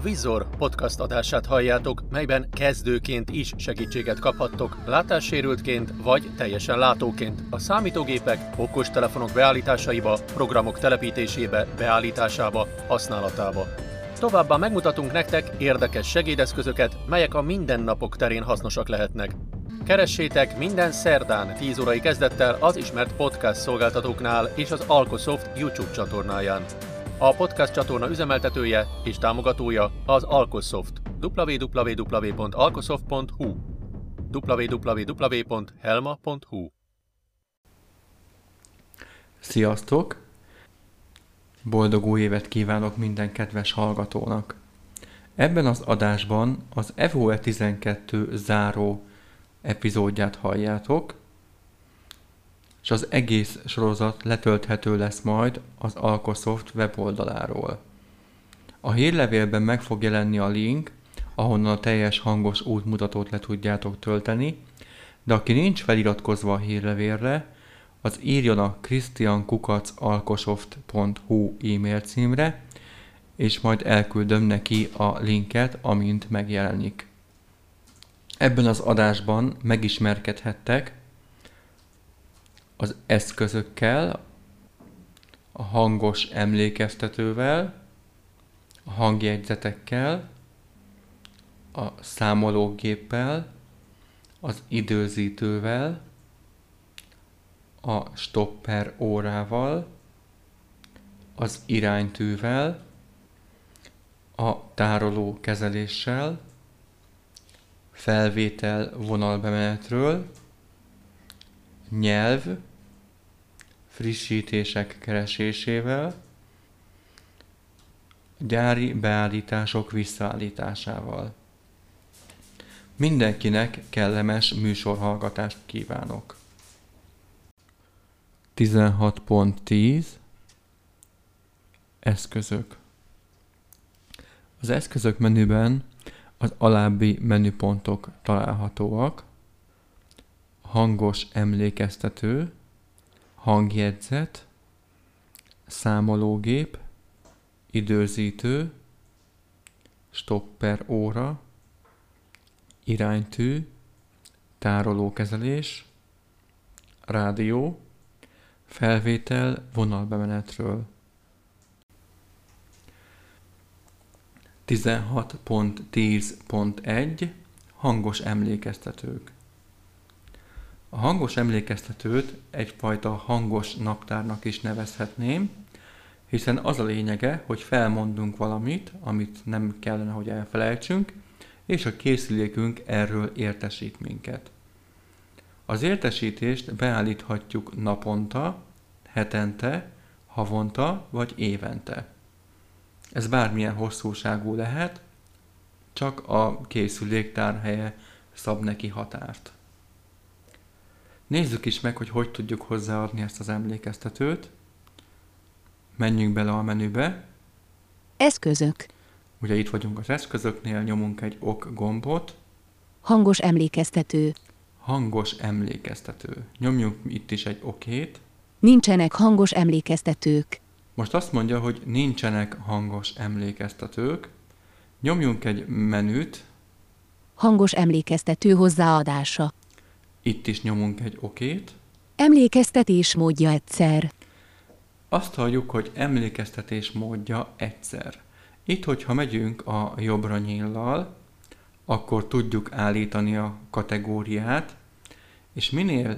Vizor podcast adását halljátok, melyben kezdőként is segítséget kaphattok, látássérültként vagy teljesen látóként a számítógépek, okostelefonok beállításaiba, programok telepítésébe, beállításába, használatába. Továbbá megmutatunk nektek érdekes segédeszközöket, melyek a mindennapok terén hasznosak lehetnek. Keressétek minden szerdán 10 órai kezdettel az ismert podcast szolgáltatóknál és az Alkosoft YouTube csatornáján. A podcast csatorna üzemeltetője és támogatója az Alkosoft. www.alkosoft.hu www.helma.hu. Sziasztok! Boldog új évet kívánok minden kedves hallgatónak! Ebben az adásban az EVOE 12 záró epizódját halljátok, és az egész sorozat letölthető lesz majd az Alkosoft weboldaláról. A hírlevélben meg fog jelenni a link, ahonnan a teljes hangos útmutatót le tudjátok tölteni, de aki nincs feliratkozva a hírlevélre, az írjon a christian@alkosoft.hu e-mail címre, és majd elküldöm neki a linket, amint megjelenik. Ebben az adásban megismerkedhettek az eszközökkel, a hangos emlékeztetővel, a hangjegyzetekkel, a számológéppel, az időzítővel, a stopper órával, az iránytűvel, a tároló kezeléssel, felvétel vonalbemenetről, nyelv, frissítések keresésével, gyári beállítások visszaállításával. Mindenkinek kellemes műsorhallgatást kívánok. 16.10 Eszközök. Az eszközök menüben az alábbi menüpontok találhatóak: hangos emlékeztető, hangjegyzet, számológép, időzítő, stopper óra, iránytű, tárolókezelés, rádió, felvétel vonalbemenetről. 16.10.1 Hangos emlékeztetők. A hangos emlékeztetőt egyfajta hangos naptárnak is nevezhetném, hiszen az a lényege, hogy felmondunk valamit, amit nem kellene, hogy elfelejtsünk, és a készülékünk erről értesít minket. Az értesítést beállíthatjuk naponta, hetente, havonta vagy évente. Ez bármilyen hosszúságú lehet, csak a készülék tárhelye szab neki határt. Nézzük is meg, hogy tudjuk hozzáadni ezt az emlékeztetőt. Menjünk bele a menübe. Eszközök. Ugye itt vagyunk az eszközöknél, nyomunk egy OK gombot. Hangos emlékeztető. Hangos emlékeztető. Nyomjunk itt is egy OK-t. Nincsenek hangos emlékeztetők. Most azt mondja, hogy nincsenek hangos emlékeztetők. Nyomjunk egy menüt. Hangos emlékeztető hozzáadása. Itt is nyomunk egy OK-t. Emlékeztetés módja egyszer. Azt halljuk, hogy emlékeztetés módja egyszer. Itt, hogyha megyünk a jobbra nyíllal, akkor tudjuk állítani a kategóriát, és minél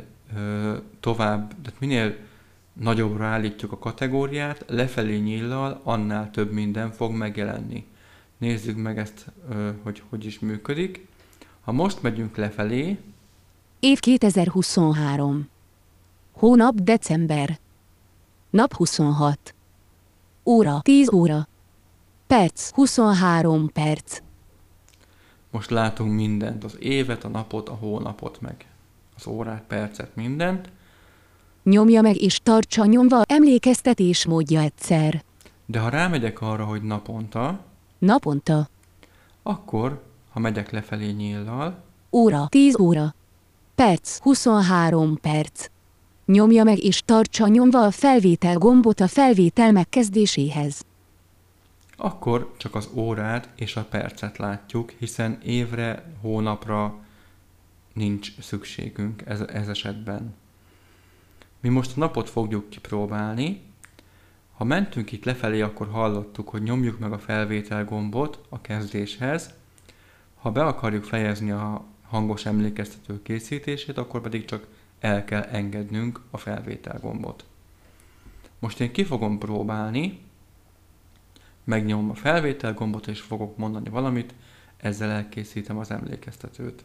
minél nagyobbra állítjuk a kategóriát, lefelé nyíllal, annál több minden fog megjelenni. Nézzük meg ezt, hogy is működik. Ha most megyünk lefelé. Év 2023. Hónap december. Nap 26. Óra 10 óra. Perc 23 perc. Most látunk mindent, az évet, a napot, a hónapot, meg az órát, percet, mindent. Nyomja meg és tartsa nyomva emlékeztetés módja egyszer. De ha rámegyek arra, hogy naponta, akkor, ha megyek lefelé nyíllal, óra 10 óra. Perc 23 perc. Nyomja meg és tartsa nyomva a felvétel gombot a felvétel megkezdéséhez. akkor csak az órát és a percet látjuk, hiszen évre, hónapra nincs szükségünk ez esetben. Mi most a napot fogjuk kipróbálni. Ha mentünk itt lefelé, akkor hallottuk, hogy nyomjuk meg a felvétel gombot a kezdéshez. Ha be akarjuk fejezni a hangos emlékeztető készítését, akkor pedig csak el kell engednünk a felvétel gombot. Most én ki fogom próbálni, megnyomom a felvétel gombot és fogok mondani valamit, ezzel elkészítem az emlékeztetőt.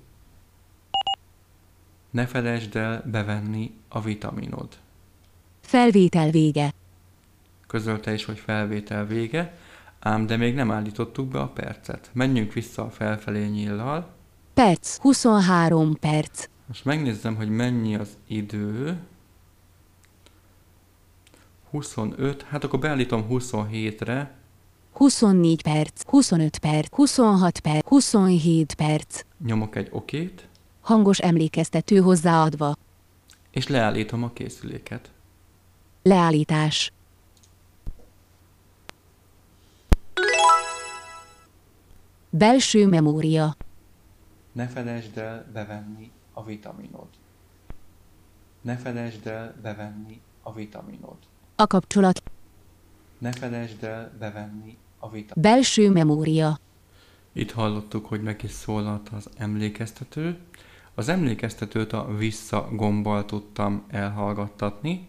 Ne felejtsd el bevenni a vitaminod. Felvétel vége. Közölte is, hogy felvétel vége, ám de még nem állítottuk be a percet. Menjünk vissza a felfelé nyíllal. Perc, 23 perc. Most megnézzem, hogy mennyi az idő. 25, hát akkor beállítom 27-re. 24 perc, 25 perc, 26 perc, 27 perc. Nyomok egy okét, Hangos emlékeztető hozzáadva. és leállítom a készüléket. Leállítás. Belső memória. Ne felejtsd el bevenni a vitaminod. Ne felejtsd el bevenni a vitaminod. A kapcsolat. Ne felejtsd el bevenni a vitaminod. Belső memória. Itt hallottuk, hogy meg is szólalt az emlékeztető. Az emlékeztetőt a vissza gombbal tudtam elhallgattatni.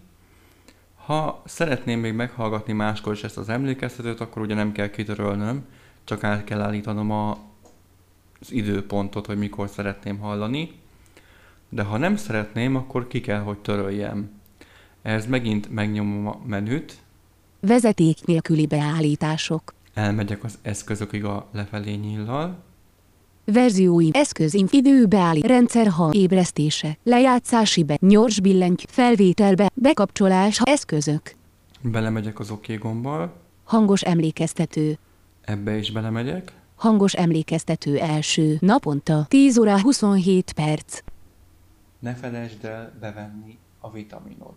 Ha szeretném még meghallgatni máskor is ezt az emlékeztetőt, akkor ugye nem kell kitörölnöm, csak át kell állítanom az időpontot, hogy mikor szeretném hallani. De ha nem szeretném, akkor ki kell, hogy töröljem. Ehhez megint megnyomom a menüt, Vezeték nélküli beállítások. elmegyek az eszközökig a lefelé nyíllal, Verziói. Eszközinf. Időbeállít. Rendszer hang. Ébresztése. Lejátszási be. Nyors billenty. Felvételbe. Bekapcsolás. Eszközök. belemegyek az OK gombbal, Hangos emlékeztető. ebbe is belemegyek, Hangos emlékeztető első. Naponta. 10 óra 27 perc. ne felejtsd el bevenni a vitaminod.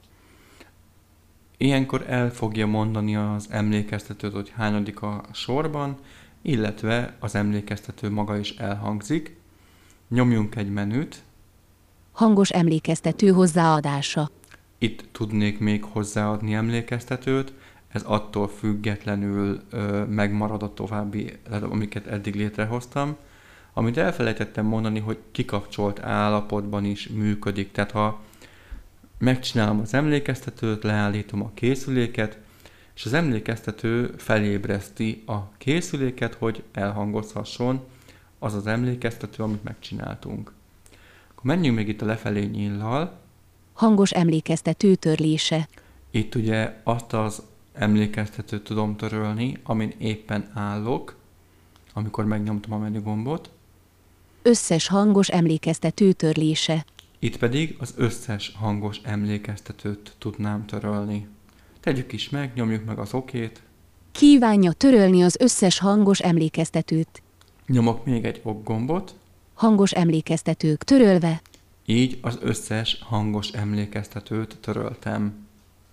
Ilyenkor el fogja mondani az emlékeztetőt, hogy hányadik a sorban, illetve az emlékeztető maga is elhangzik. Nyomjunk egy menüt, Hangos emlékeztető hozzáadása. itt tudnék még hozzáadni emlékeztetőt, ez attól függetlenül megmarad a további, amiket eddig létrehoztam. Amit elfelejtettem mondani, hogy kikapcsolt állapotban is működik, tehát ha megcsinálom az emlékeztetőt, leállítom a készüléket, és az emlékeztető felébreszti a készüléket, hogy elhangozhasson az az emlékeztető, amit megcsináltunk. Akkor menjünk még itt a lefelé nyíllal. Hangos emlékeztető törlése. Itt ugye azt az emlékeztetőt tudom törölni, amin éppen állok, amikor megnyomtam a menügombot. Összes hangos emlékeztető törlése. Itt pedig az összes hangos emlékeztetőt tudnám törölni. Tegyük is meg, nyomjuk meg az okét, Kívánja törölni az összes hangos emlékeztetőt. nyomok még egy ok gombot, Hangos emlékeztetők törölve. így az összes hangos emlékeztetőt töröltem.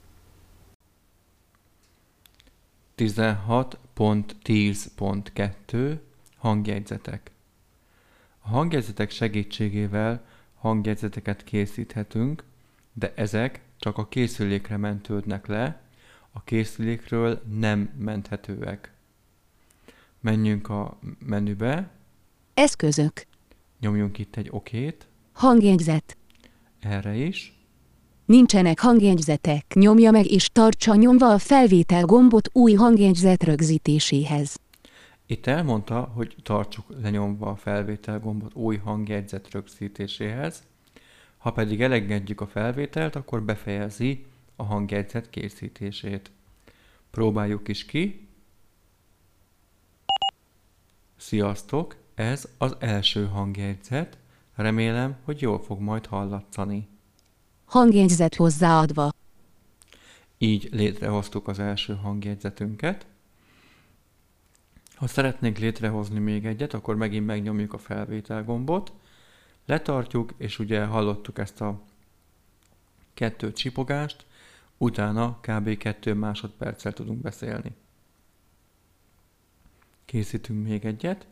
16.10.2 Hangjegyzetek. A hangjegyzetek segítségével hangjegyzeteket készíthetünk, de ezek csak a készülékre mentődnek le, a készülékről nem menthetőek. Menjünk a menübe, Eszközök. nyomjunk itt egy okét, Hangjegyzet. erre is, Nincsenek hangjegyzetek. Nyomja meg és tartsa nyomva a felvétel gombot új hangjegyzet rögzítéséhez. Itt elmondta, hogy tartsuk lenyomva a felvétel gombot új hangjegyzet rögzítéséhez, ha pedig elengedjük a felvételt, akkor befejezi a hangjegyzet készítését. Próbáljuk is ki. Sziasztok! Ez az első hangjegyzet. Remélem, hogy jól fog majd hallatszani. Hangjegyzet hozzáadva. Így létrehoztuk az első hangjegyzetünket. Ha szeretnénk létrehozni még egyet, akkor megint megnyomjuk a felvétel gombot, letartjuk, és ugye hallottuk ezt a 2 csipogást, utána kb. 2 másodperccel tudunk beszélni. Készítünk még egyet.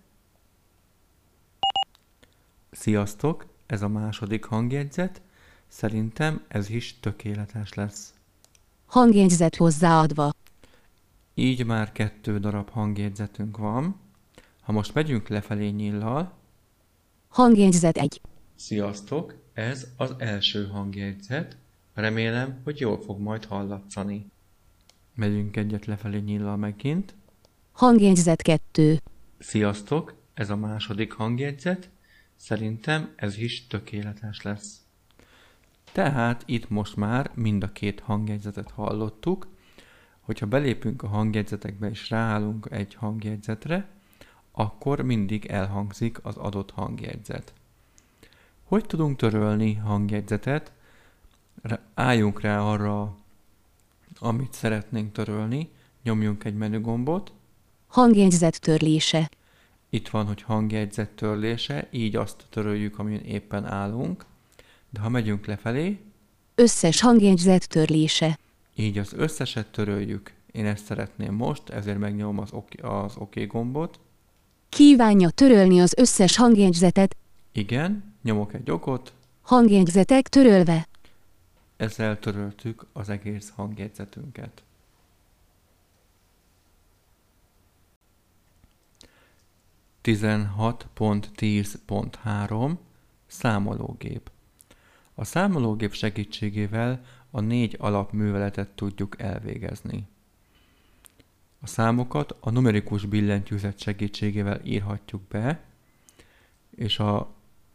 Sziasztok, ez a második hangjegyzet. Szerintem ez is tökéletes lesz. Hangjegyzet hozzáadva. Így már 2 darab hangjegyzetünk van. Ha most megyünk lefelé nyillal. Hangjegyzet 1. Sziasztok, ez az első hangjegyzet. Remélem, hogy jól fog majd hallatszani. Megyünk egyet lefelé nyillal megint. Hangjegyzet 2. Sziasztok, ez a második hangjegyzet. Szerintem ez is tökéletes lesz. Tehát itt most már mind a 2 hangjegyzetet hallottuk. Hogyha belépünk a hangjegyzetekbe és ráállunk egy hangjegyzetre, akkor mindig elhangzik az adott hangjegyzet. Hogy tudunk törölni hangjegyzetet? Álljunk rá arra, amit szeretnénk törölni, nyomjunk egy menügombot. Hangjegyzet törlése. Itt van, hogy hangjegyzet törlése, így azt töröljük, amin éppen állunk. De ha megyünk lefelé, Összes hangjegyzet törlése. így az összeset töröljük. Én ezt szeretném most, ezért megnyomom az OK gombot. Kívánja törölni az összes hangjegyzetet. Igen, nyomok egy okot, Hangjegyzetek törölve. ezzel töröltük az egész hangjegyzetünket. .10.3 Számológép. A számológép segítségével a 4 alapműveletet tudjuk elvégezni. A számokat a numerikus billentyűzet segítségével írhatjuk be, és a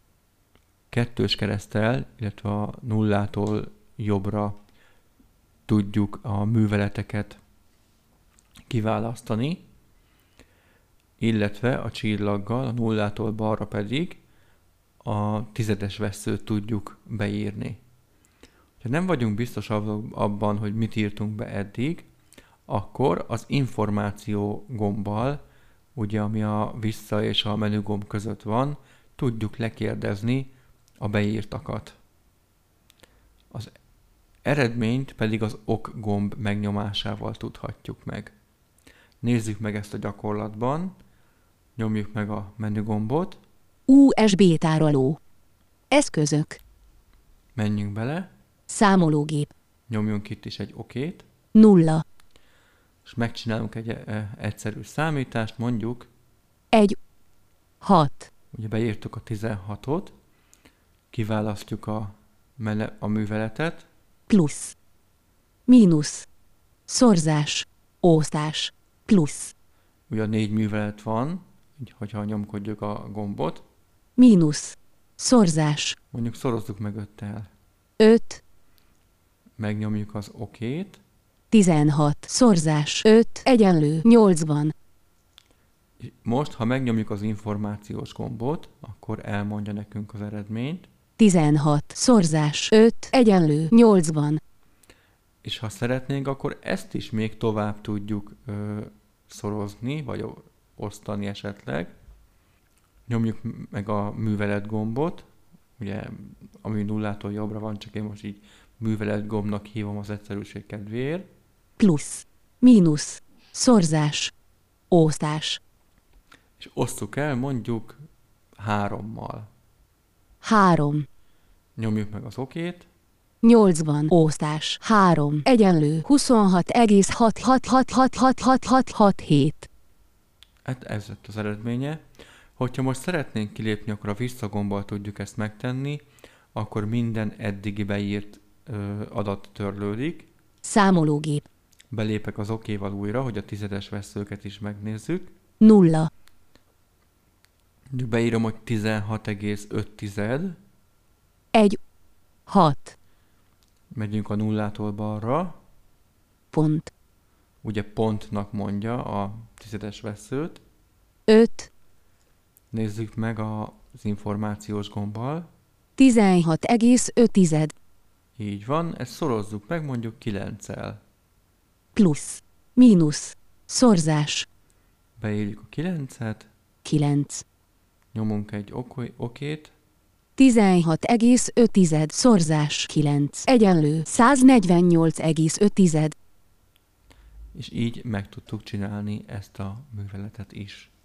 2-ös kereszttel, illetve a nullától jobbra tudjuk a műveleteket kiválasztani, illetve a csillaggal, a nullától balra pedig a tizedes vesszőt tudjuk beírni. Ha nem vagyunk biztos abban, hogy mit írtunk be eddig, akkor az információ gombbal, ugye ami a vissza és a menügomb között van, tudjuk lekérdezni a beírtakat. Az eredményt pedig az ok gomb megnyomásával tudhatjuk meg. Nézzük meg ezt a gyakorlatban, nyomjuk meg a menügombot, USB tároló. Eszközök. menjünk bele, Számológép. nyomjunk itt is egy okét, 0. és megcsinálunk egy egyszerű számítást, mondjuk, 1. 6. ugye beírtuk a 16-ot, kiválasztjuk a műveletet, Plusz. Mínusz. Szorzás. Osztás. Plusz. ugye 4 művelet van, így, hogyha nyomkodjuk a gombot, Mínusz. Szorzás. mondjuk szorozzuk meg 5-tel, 5. megnyomjuk az okét, 16. Szorzás. 5 egyenlő 80. most, ha megnyomjuk az információs gombot, akkor elmondja nekünk az eredményt, 16. Szorzás. 5 egyenlő 80. és ha szeretnénk, akkor ezt is még tovább tudjuk szorozni, vagy osztani esetleg. Nyomjuk meg a művelet gombot, ugye, ami nullától jobbra van, csak én most így művelet gombnak hívom az egyszerűség kedvéért. Plusz. Mínusz. Szorzás. Osztás. És osztuk el mondjuk 3-mal. 3. Nyomjuk meg az okét, 80. Osztás. 3 egyenlő 26,6666667. hát ez lett az eredménye. Hogyha most szeretnénk kilépni, akkor a visszagombbal tudjuk ezt megtenni, akkor minden eddigi beírt adat törlődik. Számológép. Belépek az okéval újra, hogy a tizedes vesszőket is megnézzük. 0. Beírom, hogy 16,5. 1. 6. Megyünk a nullától balra. Pont. Ugye pontnak mondja a tizedes vesszőt. 5. Nézzük meg az információs gombbal. 16,5. Így van, ezt szorozzuk meg mondjuk 9-el. Plusz. Mínusz. Szorzás. Beírjuk a 9-et, 9. nyomunk egy okét, 16,5. Szorzás. 9. Egyenlő 148,5. és így meg tudtuk csinálni ezt a műveletet is.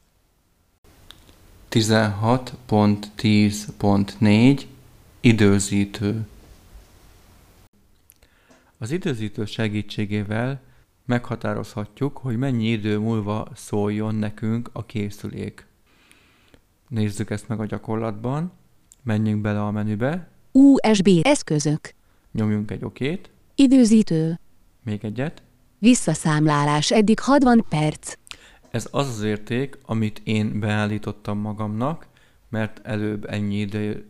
16.10.4 Időzítő. Az időzítő segítségével meghatározhatjuk, hogy mennyi idő múlva szóljon nekünk a készülék. Nézzük ezt meg a gyakorlatban. Menjünk bele a menübe. USB eszközök. Nyomjunk egy okét. Időzítő. Még egyet. Visszaszámlálás eddig 60 perc. Ez az az érték, amit én beállítottam magamnak, mert előbb ennyi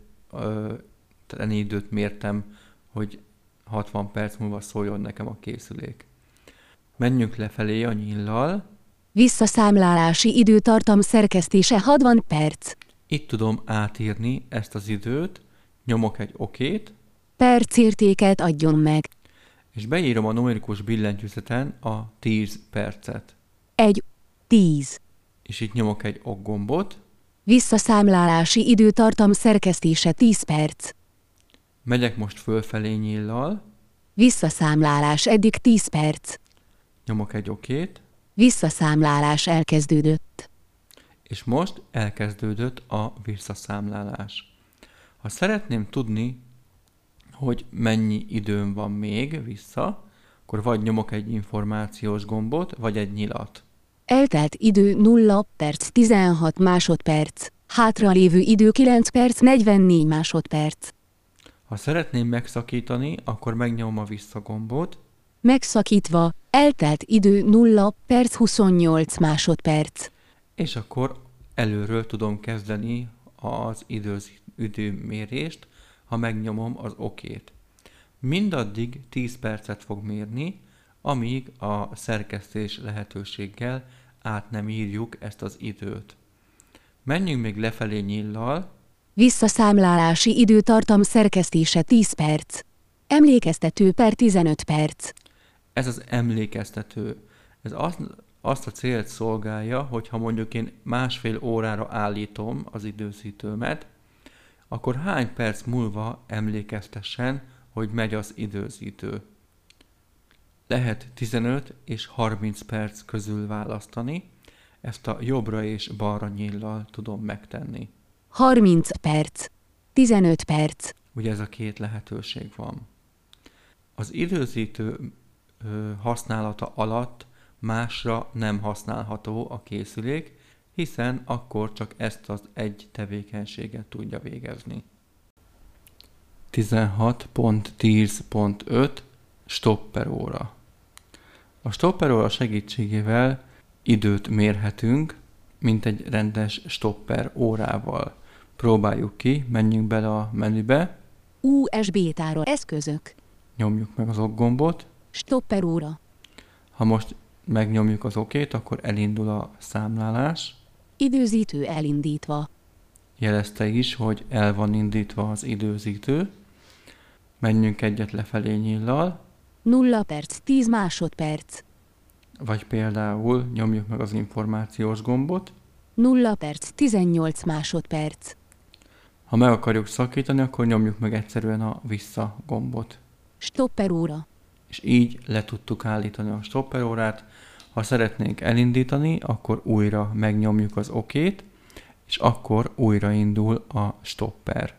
időt mértem, hogy 60 perc múlva szóljon nekem a készülék. Menjünk lefelé a nyíllal. Visszaszámlálási időtartam szerkesztése 60 perc. Itt tudom átírni ezt az időt, nyomok egy okét, Percértéket adjon meg. és beírom a numerikus billentyűzeten a 10 percet. 10. És itt nyomok egy ok gombot, Visszaszámlálási időtartam szerkesztése 10 perc. megyek most fölfelé nyíllal, Visszaszámlálás eddig 10 perc. nyomok egy okét, Visszaszámlálás elkezdődött. és most elkezdődött a visszaszámlálás. Ha szeretném tudni, hogy mennyi időm van még vissza, akkor vagy nyomok egy információs gombot, vagy egy nyilat. Eltelt idő 0 perc 16 másodperc. Hátralévő idő 9 perc 44 másodperc. Ha szeretném megszakítani, akkor megnyomom a visszagombot, Megszakítva, eltelt idő 0 perc 28 másodperc. és akkor előről tudom kezdeni az időmérést, ha megnyomom az okét. Mindaddig 10 percet fog mérni, amíg a szerkesztés lehetőséggel át nem írjuk ezt az időt. Menjünk még lefelé nyíllal, Visszaszámlálási időtartam szerkesztése 10 perc. Emlékeztető per 15 perc. ez az emlékeztető. Ez azt a célt szolgálja, hogy ha mondjuk én másfél órára állítom az időzítőmet, akkor hány perc múlva emlékeztessen, hogy megy az időzítő. Lehet 15 és 30 perc közül választani, ezt a jobbra és balra nyíllal tudom megtenni. 30 perc. 15 perc. Ugye ez a két lehetőség van. Az időzítő használata alatt másra nem használható a készülék, hiszen akkor csak ezt az egy tevékenységet tudja végezni. 16.10.5 Stopperóra. A stopperóra segítségével időt mérhetünk, mint egy rendes stopper órával. Próbáljuk ki, menjünk bele a menübe, USB tároló eszközök. nyomjuk meg az ok gombot. Stopperóra. Ha most megnyomjuk az okét, akkor elindul a számlálás. Időzítő elindítva. Jelezte is, hogy el van indítva az időzítő. Menjünk egyet lefelé nyíllal, 0 perc 10 másodperc. vagy például nyomjuk meg az információs gombot. 0 perc 18 másodperc. Ha meg akarjuk szakítani, akkor nyomjuk meg egyszerűen a vissza gombot. Stopperóra. És így le tudtuk állítani a stopperórát. Ha szeretnénk elindítani, akkor újra megnyomjuk az okét, és akkor újra indul a stopper.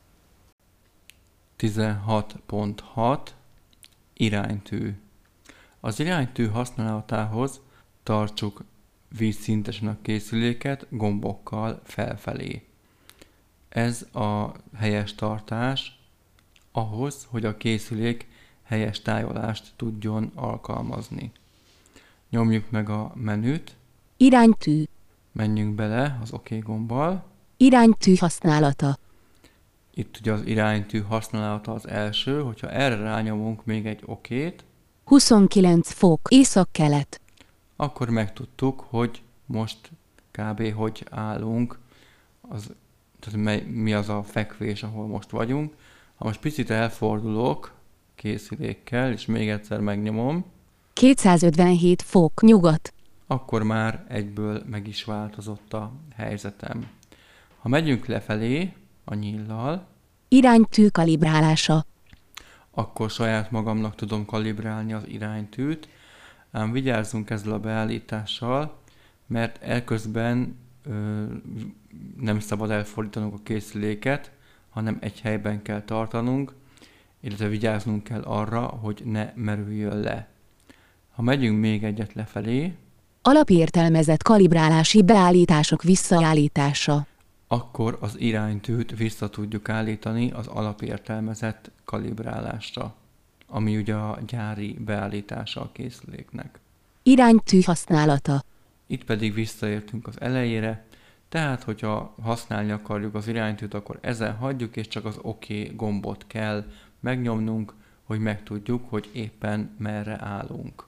16.6 Iránytű. Az iránytű használatához tartsuk vízszintesen a készüléket gombokkal felfelé. Ez a helyes tartás ahhoz, hogy a készülék helyes tájolást tudjon alkalmazni. Nyomjuk meg a menüt, Iránytű. menjünk bele az OK gombbal. Iránytű használata. Itt ugye az iránytű használata az első, hogyha erre rányomunk még egy OK-t, 29 fok észak-kelet. akkor megtudtuk, hogy most kb. Hogy állunk, tehát mi az a fekvés, ahol most vagyunk. Ha most picit elfordulok készülékkel, és még egyszer megnyomom, 257 fok nyugat. akkor már egyből meg is változott a helyzetem. Ha megyünk lefelé a nyíllal, Iránytű kalibrálása. akkor saját magamnak tudom kalibrálni az iránytűt, ám vigyázzunk ezzel a beállítással, mert elközben nem szabad elfordítanunk a készüléket, hanem egy helyben kell tartanunk, illetve vigyáznunk kell arra, hogy ne merüljön le. Ha megyünk még egyet lefelé, Alapértelmezett kalibrálási beállítások visszaállítása. akkor az iránytűt vissza tudjuk állítani az alapértelmezett kalibrálásra, ami ugye a gyári beállítása a készüléknek. Iránytű használata. Itt pedig visszaértünk az elejére, tehát hogyha használni akarjuk az iránytűt, akkor ezen hagyjuk, és csak az OK gombot kell megnyomnunk, hogy megtudjuk, hogy éppen merre állunk.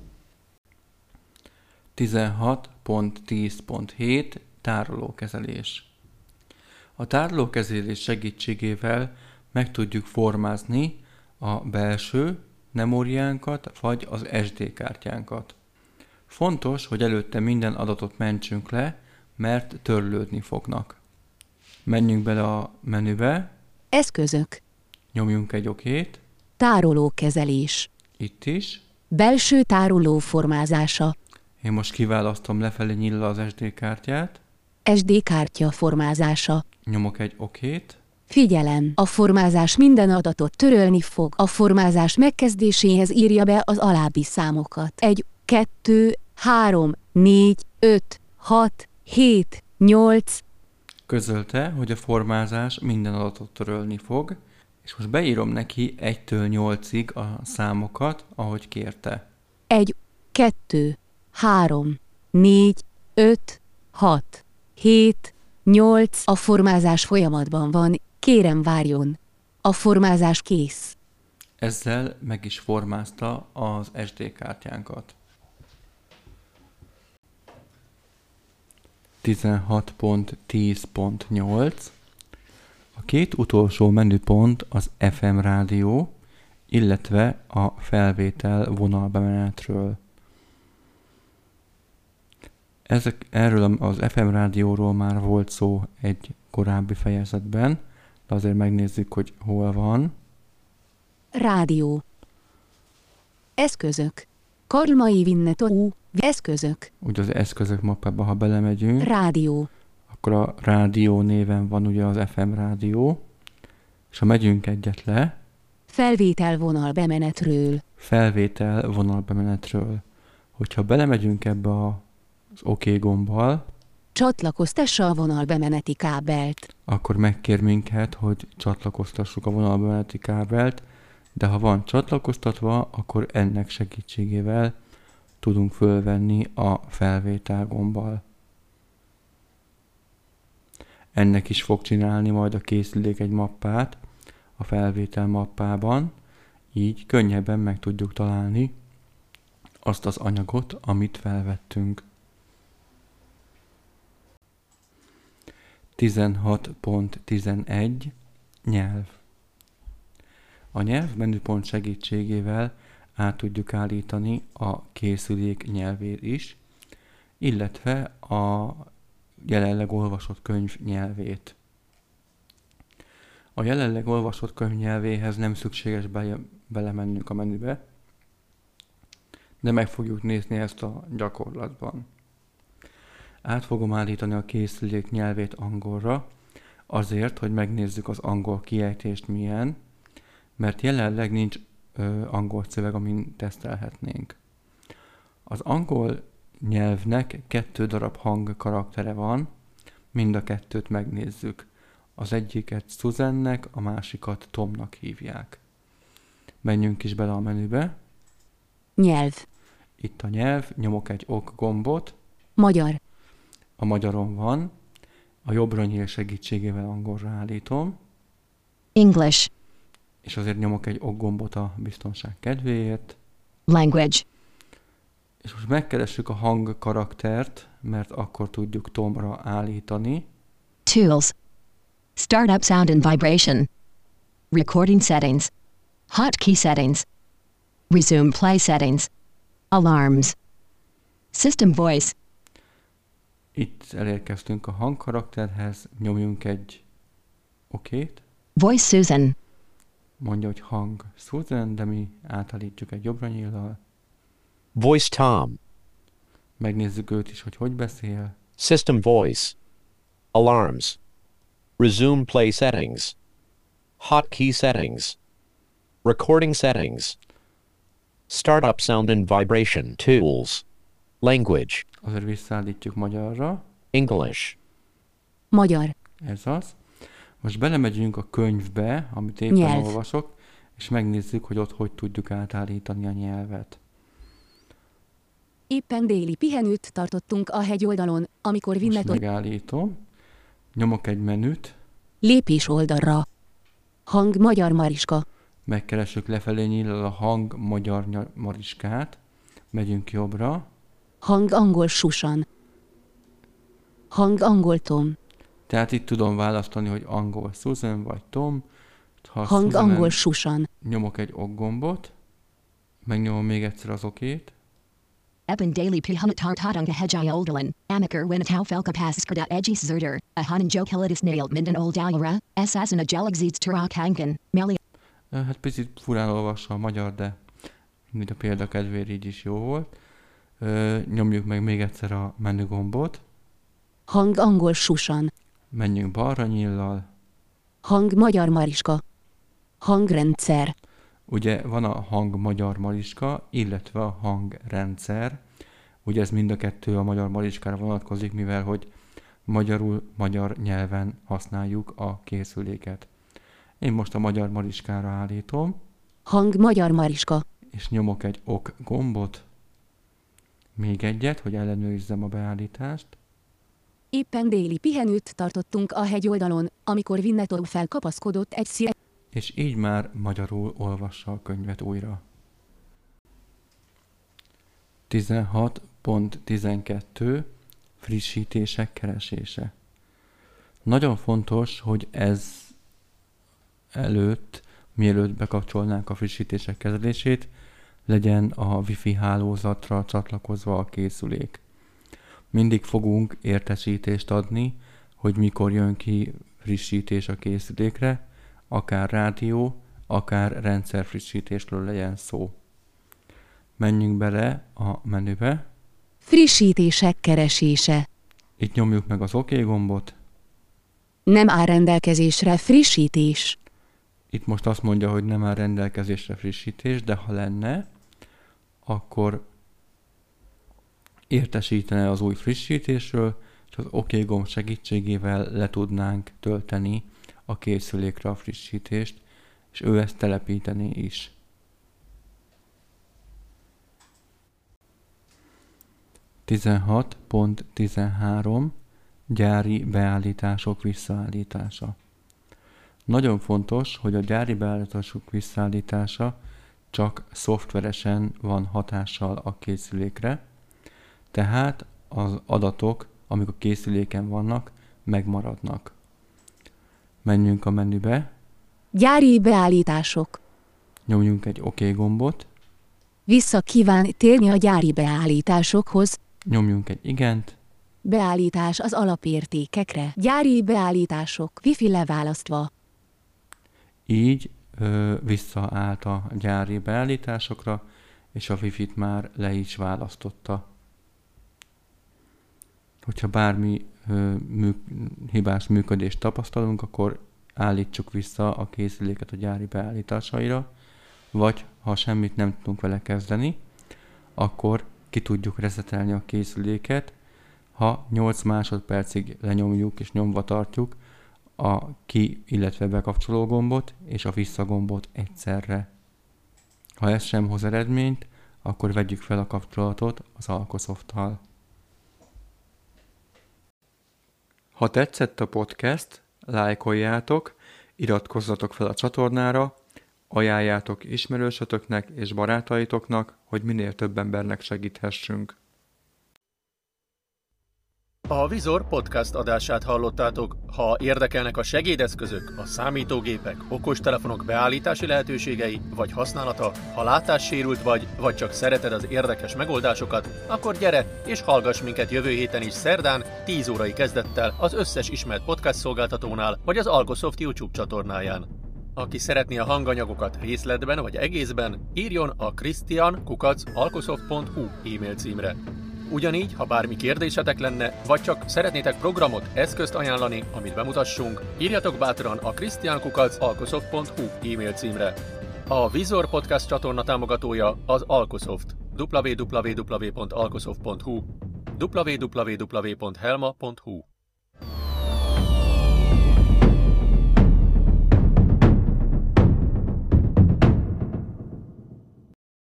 16.10.7 Tárolókezelés. A tárolókezelés segítségével meg tudjuk formázni a belső memóriánkat vagy az SD kártyánkat. Fontos, hogy előtte minden adatot mentsünk le, mert törlődni fognak. Menjünk bele a menübe, Eszközök. nyomjunk egy OK-t, Tárolókezelés. itt is. Belső tároló formázása. Én most kiválasztom lefelé nyílva az SD kártyát, SD kártya formázása. nyomok egy OK-t, Figyelem! A formázás minden adatot törölni fog. A formázás megkezdéséhez írja be az alábbi számokat. 1, 2, 3, 4, 5, 6, 7, 8. közölte, hogy a formázás minden adatot törölni fog, és most beírom neki 1-től 8-ig a számokat, ahogy kérte. 1, 2, 3, 4, 5, 6, 7, 8. A formázás folyamatban van, kérem várjon. A formázás kész. Ezzel meg is formázta az SD kártyánkat. 16.10.8 A két utolsó menüpont az FM rádió, illetve a felvétel vonalbemenetről. Erről az FM rádióról már volt szó egy korábbi fejezetben, de azért megnézzük, hogy hol van. Rádió. Eszközök. Karlmai Vinnetó. Eszközök. Ugye az eszközök mappába, ha belemegyünk, Rádió. akkor a rádió néven van ugye az FM rádió, és ha megyünk egyet le, Felvétel vonal bemenetről. felvétel vonalbemenetről. Hogyha belemegyünk ebbe az OK gombbal, Csatlakoztassa a vonal bemeneti kábelt. akkor megkér minket, hogy csatlakoztassuk a vonalbemeneti kábelt, de ha van csatlakoztatva, akkor ennek segítségével tudunk fölvenni a felvétel gombbal. Ennek is fog csinálni majd a készülék egy mappát a felvétel mappában, így könnyebben meg tudjuk találni azt az anyagot, amit felvettünk. 16.11 Nyelv. A nyelv menüpont segítségével át tudjuk állítani a készülék nyelvét is, illetve a jelenleg olvasott könyv nyelvét. A jelenleg olvasott könyv nyelvéhez nem szükséges belemennünk a menübe, de meg fogjuk nézni ezt a gyakorlatban. Át fogom állítani a készülék nyelvét angolra, azért, hogy megnézzük az angol kiejtést milyen, mert jelenleg nincs angol szöveg, amin tesztelhetnénk. Az angol nyelvnek 2 darab hang karaktere van, mind a 2-t megnézzük. Az egyiket Susannek, a másikat Tomnak hívják. Menjünk is bele a menübe. Nyelv. Itt a nyelv, nyomok egy OK gombot, Magyar. a magyaron van, a jobbra nyíl segítségével angolra állítom, English, és azért nyomok egy OK gombot a biztonság kedvéért, language, és most megkeressük a hang karaktert, mert akkor tudjuk Tomra állítani. tools, startup sound and vibration, recording settings, hotkey settings, resume play settings, alarms, system voice, Itt elérkeztünk a hangkarakterhez, nyomjunk egy OK-t, voice Susan, mondja, hogy hang Susan, de mi átállítjuk egy jobbra nyíllal. Voice Tom. Megnézzük őt is, hogy beszél. System voice. Alarms. Resume play settings. Hotkey settings. Recording settings. Startup sound and vibration tools. Language. Azért visszaállítjuk magyarra. English. Magyar. Ez az. Most belemegyünk a könyvbe, amit éppen Nyelv. olvasok, és megnézzük, hogy ott hogy tudjuk átállítani a nyelvet. Éppen déli pihenőt tartottunk a hegyoldalon, amikor Most Winnetou megállítom. Nyomok egy menüt, lépés oldalra. Hang Magyar Mariska. megkeressük lefelé nyílal a hang magyar mariskát, megyünk jobbra, Hang angol Susan. Hang angol Tom. tehát itt tudom választani, hogy angol Susan vagy Tom. Ha Hang Susan-en angol Susan. nyomok egy okgombot, megnyomom még egyszer az okét, Eben daily pihanat hejai oldalan, amaker winnetau felka passkada egis zerder, a hanan jokilidis nailed minden oldalra, assassin a jelagzids turak hanken, meli. hát picit furán olvassa a magyar, de mind a példa kedvéért így is jó volt. Nyomjuk meg még egyszer a menügombot, Hang angol Susan. menjünk balra nyíllal. Hang Magyar Mariska. Hangrendszer. Ugye van a hang magyar mariska, illetve a hangrendszer. Ugye ez mind a kettő a magyar mariskára vonatkozik, mivel hogy magyar nyelven használjuk a készüléket. Én most a magyar mariskára állítom, Hang Magyar Mariska. és nyomok egy ok gombot, még egyet, hogy ellenőrizzem a beállítást. Éppen déli pihenőt tartottunk a hegyoldalon, amikor Winnetou felkapaszkodott egy És így már magyarul olvassa a könyvet újra. 16.12. Frissítések keresése. Nagyon fontos, hogy ez előtt, mielőtt bekapcsolnánk a frissítések kezelését, legyen a Wi-Fi hálózatra csatlakozva a készülék. Mindig fogunk értesítést adni, hogy mikor jön ki frissítés a készülékre, akár rádió, akár rendszerfrissítésről legyen szó. Menjünk bele a menübe, frissítések keresése. itt nyomjuk meg az OK gombot, Nem áll rendelkezésre frissítés. itt most azt mondja, hogy nem áll rendelkezésre frissítés, de ha lenne, akkor értesítene az új frissítésről, és az OK gomb segítségével le tudnánk tölteni a készülékre a frissítést, és ő ezt telepíteni is. .13. Gyári beállítások visszaállítása. Nagyon fontos, hogy a gyári beállítások visszaállítása csak szoftveresen van hatással a készülékre, tehát az adatok, amik a készüléken vannak, megmaradnak. Menjünk a menübe, Gyári beállítások. nyomjunk egy OK gombot, Vissza kíván térni a gyári beállításokhoz. nyomjunk egy igent, Beállítás az alapértékekre. Gyári beállítások. Wi-Fi leválasztva. így visszaállt a gyári beállításokra, és a Wi-Fi-t már le is választotta. Hogyha bármi hibás működést tapasztalunk, akkor állítsuk vissza a készüléket a gyári beállításaira, vagy ha semmit nem tudunk vele kezdeni, akkor ki tudjuk resetelni a készüléket, ha 8 másodpercig lenyomjuk és nyomva tartjuk a ki, illetve bekapcsoló gombot és a vissza gombot egyszerre. Ha ez sem hoz eredményt, akkor vegyük fel a kapcsolatot az Alkosofttal. Ha tetszett a podcast, lájkoljátok, iratkozzatok fel a csatornára, ajánljátok ismerősötöknek és barátaitoknak, hogy minél több embernek segíthessünk. A Vizor podcast adását hallottátok. Ha érdekelnek a segédeszközök, a számítógépek, okostelefonok beállítási lehetőségei vagy használata, ha látássérült vagy csak szereted az érdekes megoldásokat, akkor gyere és hallgass minket jövő héten is szerdán 10 órai kezdettel az összes ismert podcast szolgáltatónál vagy az Alkosoft YouTube csatornáján. Aki szeretné a hanganyagokat részletben vagy egészben, írjon a christian@alkosoft.hu e-mail címre. Ugyanígy, ha bármi kérdésetek lenne, vagy csak szeretnétek programot, eszközt ajánlani, amit bemutassunk, írjatok bátran a christian@alkosoft.hu e-mail címre. A Vizor Podcast csatorna támogatója az Alkosoft. www.alkosoft.hu www.helma.hu